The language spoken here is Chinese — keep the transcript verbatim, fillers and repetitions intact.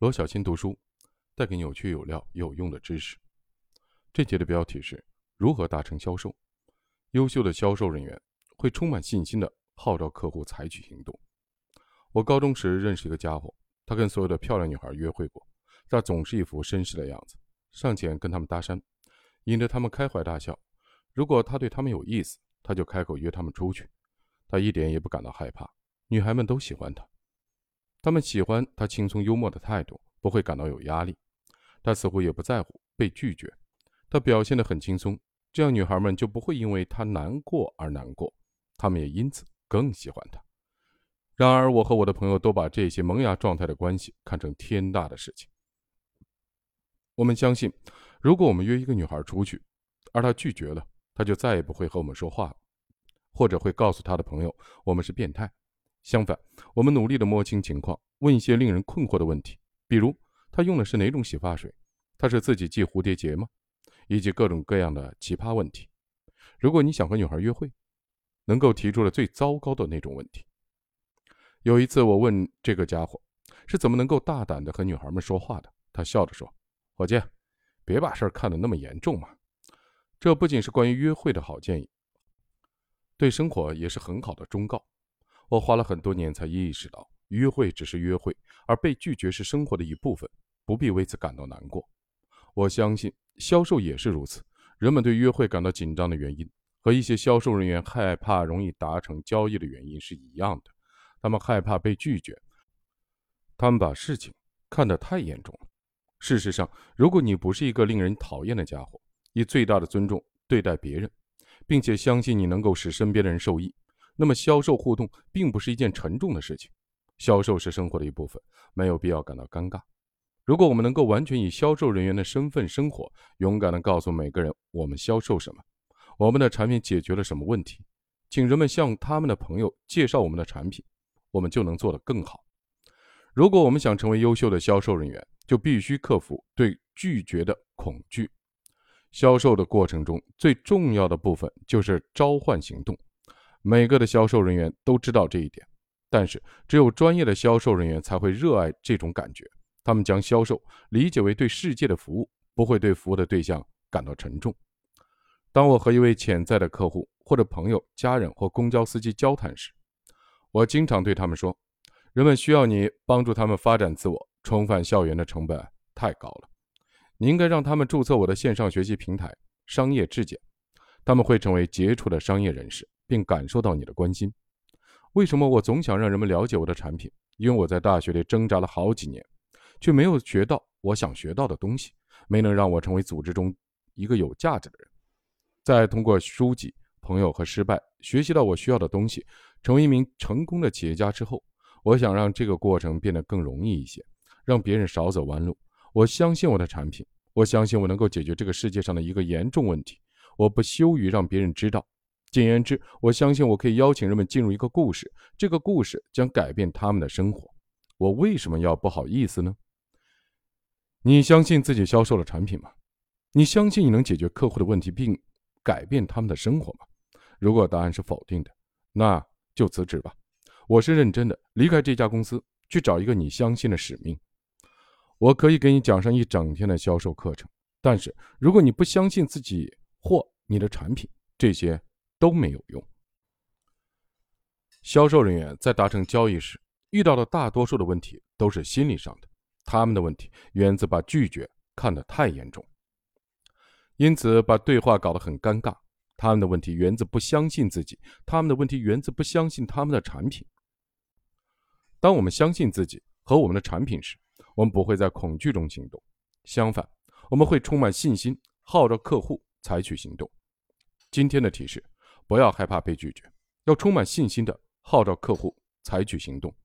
罗小新读书，带给你有趣有料有用的知识。这节的标题是如何达成销售。优秀的销售人员会充满信心地号召客户采取行动。我高中时认识一个家伙，他跟所有的漂亮女孩约会过，他总是一副绅士的样子，上前跟他们搭讪，引得他们开怀大笑。如果他对他们有意思，他就开口约他们出去。他一点也不感到害怕，女孩们都喜欢他。他们喜欢他轻松幽默的态度，不会感到有压力。他似乎也不在乎被拒绝，他表现得很轻松，这样女孩们就不会因为他难过而难过，他们也因此更喜欢他。然而我和我的朋友都把这些萌芽状态的关系看成天大的事情。我们相信，如果我们约一个女孩出去，而她拒绝了，她就再也不会和我们说话了，或者会告诉她的朋友我们是变态。相反，我们努力地摸清情况，问一些令人困惑的问题，比如她用的是哪种洗发水，她是自己系蝴蝶结吗，以及各种各样的奇葩问题。如果你想和女孩约会，能够提出了最糟糕的那种问题。有一次我问这个家伙是怎么能够大胆地和女孩们说话的，他笑着说，伙计，别把事儿看得那么严重嘛。这不仅是关于约会的好建议，对生活也是很好的忠告。我花了很多年才意识到，约会只是约会，而被拒绝是生活的一部分，不必为此感到难过。我相信销售也是如此，人们对约会感到紧张的原因和一些销售人员害怕容易达成交易的原因是一样的，他们害怕被拒绝，他们把事情看得太严重了。事实上，如果你不是一个令人讨厌的家伙，以最大的尊重对待别人，并且相信你能够使身边的人受益，那么销售互动并不是一件沉重的事情。销售是生活的一部分，没有必要感到尴尬。如果我们能够完全以销售人员的身份生活，勇敢地告诉每个人我们销售什么，我们的产品解决了什么问题，请人们向他们的朋友介绍我们的产品，我们就能做得更好。如果我们想成为优秀的销售人员，就必须克服对拒绝的恐惧。销售的过程中最重要的部分就是召唤行动，每个的销售人员都知道这一点，但是只有专业的销售人员才会热爱这种感觉。他们将销售理解为对世界的服务，不会对服务的对象感到沉重。当我和一位潜在的客户或者朋友、家人或公交司机交谈时，我经常对他们说，人们需要你帮助他们发展自我，重返校园的成本太高了。你应该让他们注册我的线上学习平台商业质检，他们会成为杰出的商业人士，并感受到你的关心。为什么我总想让人们了解我的产品？因为我在大学里挣扎了好几年，却没有学到我想学到的东西，没能让我成为组织中一个有价值的人。在通过书籍、朋友和失败学习到我需要的东西，成为一名成功的企业家之后，我想让这个过程变得更容易一些，让别人少走弯路。我相信我的产品，我相信我能够解决这个世界上的一个严重问题，我不羞于让别人知道。简言之，我相信我可以邀请人们进入一个故事，这个故事将改变他们的生活。我为什么要不好意思呢？你相信自己销售了产品吗？你相信你能解决客户的问题并改变他们的生活吗？如果答案是否定的，那就辞职吧。我是认真的，离开这家公司，去找一个你相信的使命。我可以给你讲上一整天的销售课程，但是如果你不相信自己或你的产品，这些都没有用。销售人员在达成交易时遇到的大多数的问题都是心理上的，他们的问题源自把拒绝看得太严重，因此把对话搞得很尴尬。他们的问题源自不相信自己，他们的问题源自不相信他们的产品。当我们相信自己和我们的产品时，我们不会在恐惧中行动，相反，我们会充满信心，号召客户采取行动。今天的提示，不要害怕被拒绝，要充满信心地号召客户采取行动。